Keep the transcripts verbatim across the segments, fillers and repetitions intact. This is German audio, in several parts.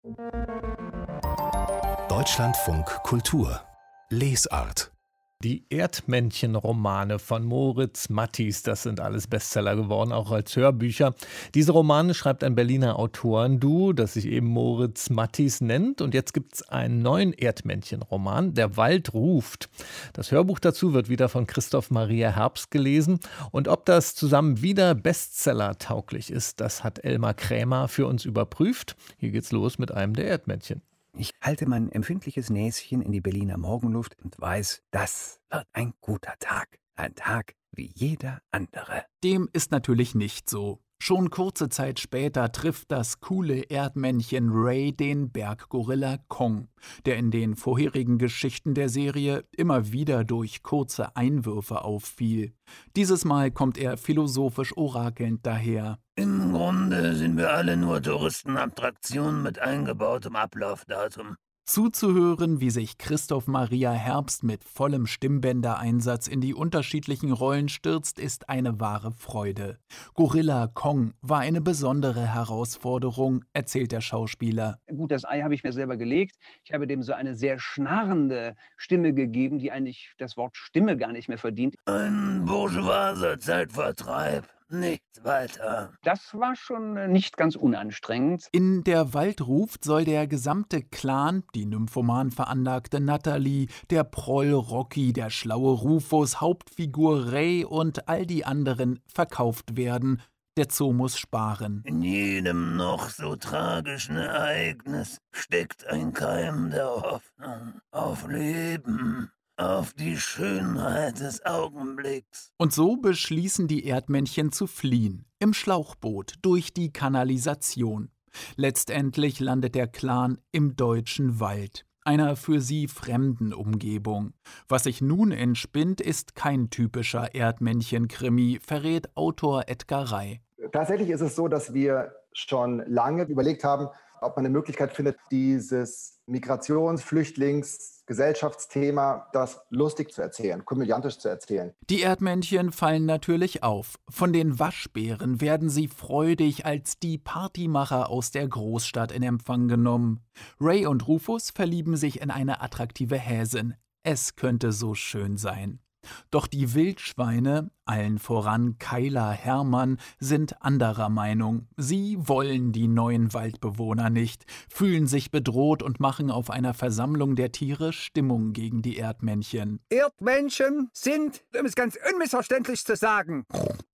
Deutschlandfunk Kultur Lesart. Die Erdmännchen-Romane von Moritz Matthijs, das sind alles Bestseller geworden, auch als Hörbücher. Diese Romane schreibt ein Berliner Autorenduo, das sich eben Moritz Matthijs nennt. Und jetzt gibt es einen neuen Erdmännchen-Roman, Der Wald ruft. Das Hörbuch dazu wird wieder von Christoph Maria Herbst gelesen. Und ob das zusammen wieder Bestseller-tauglich ist, das hat Elmar Krämer für uns überprüft. Hier geht's los mit einem der Erdmännchen. Ich halte mein empfindliches Näschen in die Berliner Morgenluft und weiß, das wird ein guter Tag. Ein Tag wie jeder andere. Dem ist natürlich nicht so. Schon kurze Zeit später trifft das coole Erdmännchen Ray den Berggorilla Kong, der in den vorherigen Geschichten der Serie immer wieder durch kurze Einwürfe auffiel. Dieses Mal kommt er philosophisch orakelnd daher. Im Grunde sind wir alle nur Touristenattraktionen mit eingebautem Ablaufdatum. Zuzuhören, wie sich Christoph Maria Herbst mit vollem Stimmbändereinsatz in die unterschiedlichen Rollen stürzt, ist eine wahre Freude. Gorilla Kong war eine besondere Herausforderung, erzählt der Schauspieler. Gut, das Ei habe ich mir selber gelegt. Ich habe dem so eine sehr schnarrende Stimme gegeben, die eigentlich das Wort Stimme gar nicht mehr verdient. Ein bourgeoiser Zeitvertreib. Nichts weiter. Das war schon nicht ganz unanstrengend. In Der Wald ruft soll der gesamte Clan, die nymphoman veranlagte Natalie, der Proll Rocky, der schlaue Rufus, Hauptfigur Ray und all die anderen verkauft werden. Der Zoo muss sparen. In jedem noch so tragischen Ereignis steckt ein Keim der Hoffnung auf Leben. Auf die Schönheit des Augenblicks. Und so beschließen die Erdmännchen zu fliehen, im Schlauchboot durch die Kanalisation. Letztendlich landet der Clan im deutschen Wald, einer für sie fremden Umgebung. Was sich nun entspinnt, ist kein typischer Erdmännchen-Krimi, verrät Autor Edgar Rey. Tatsächlich ist es so, dass wir schon lange überlegt haben, ob man eine Möglichkeit findet, dieses Migrations-, Flüchtlings-, Gesellschaftsthema, das lustig zu erzählen, komödiantisch zu erzählen. Die Erdmännchen fallen natürlich auf. Von den Waschbären werden sie freudig als die Partymacher aus der Großstadt in Empfang genommen. Ray und Rufus verlieben sich in eine attraktive Häsin. Es könnte so schön sein. Doch die Wildschweine, allen voran Kyla Hermann, sind anderer Meinung. Sie wollen die neuen Waldbewohner nicht, fühlen sich bedroht und machen auf einer Versammlung der Tiere Stimmung gegen die Erdmännchen. Erdmännchen sind, um es ganz unmissverständlich zu sagen,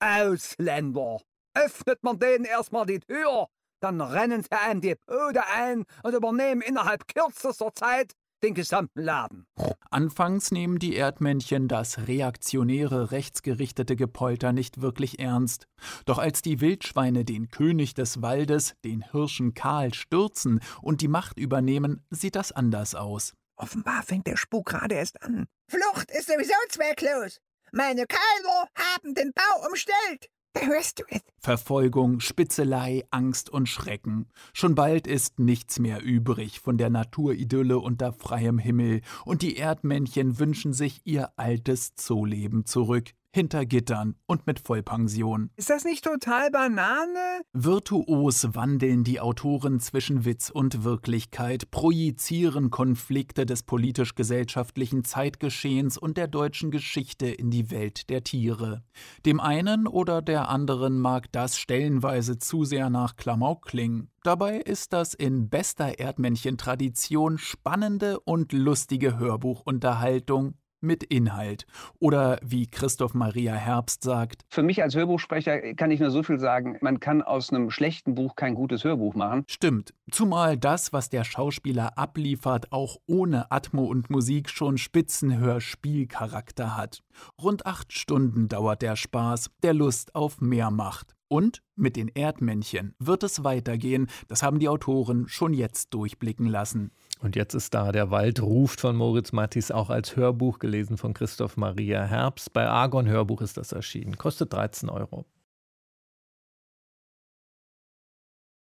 Ausländer. Öffnet man denen erstmal die Tür, dann rennen sie einem die Bude ein und übernehmen innerhalb kürzester Zeit den gesamten Laden. Anfangs nehmen die Erdmännchen das reaktionäre, rechtsgerichtete Gepolter nicht wirklich ernst. Doch als die Wildschweine den König des Waldes, den Hirschen Karl, stürzen und die Macht übernehmen, sieht das anders aus. Offenbar fängt der Spuk gerade erst an. Flucht ist sowieso zwecklos. Meine Kälber haben den Bau umstellt. Da hörst du es. Verfolgung, Spitzelei, Angst und Schrecken. Schon bald ist nichts mehr übrig von der Naturidylle unter freiem Himmel und die Erdmännchen wünschen sich ihr altes Zooleben zurück. Hinter Gittern und mit Vollpension. Ist das nicht total Banane? Virtuos wandeln die Autoren zwischen Witz und Wirklichkeit, projizieren Konflikte des politisch-gesellschaftlichen Zeitgeschehens und der deutschen Geschichte in die Welt der Tiere. Dem einen oder der anderen mag das stellenweise zu sehr nach Klamauk klingen. Dabei ist das in bester Erdmännchen-Tradition spannende und lustige Hörbuchunterhaltung mit Inhalt. Oder wie Christoph Maria Herbst sagt: Für mich als Hörbuchsprecher kann ich nur so viel sagen, man kann aus einem schlechten Buch kein gutes Hörbuch machen. Stimmt, zumal das, was der Schauspieler abliefert, auch ohne Atmo und Musik schon Spitzenhörspielcharakter hat. Rund acht Stunden dauert der Spaß, der Lust auf mehr macht. Und mit den Erdmännchen wird es weitergehen, das haben die Autoren schon jetzt durchblicken lassen. Und jetzt ist da Der Wald ruft von Moritz Matthijs, auch als Hörbuch gelesen von Christoph Maria Herbst. Bei Argon Hörbuch ist das erschienen. Kostet dreizehn Euro.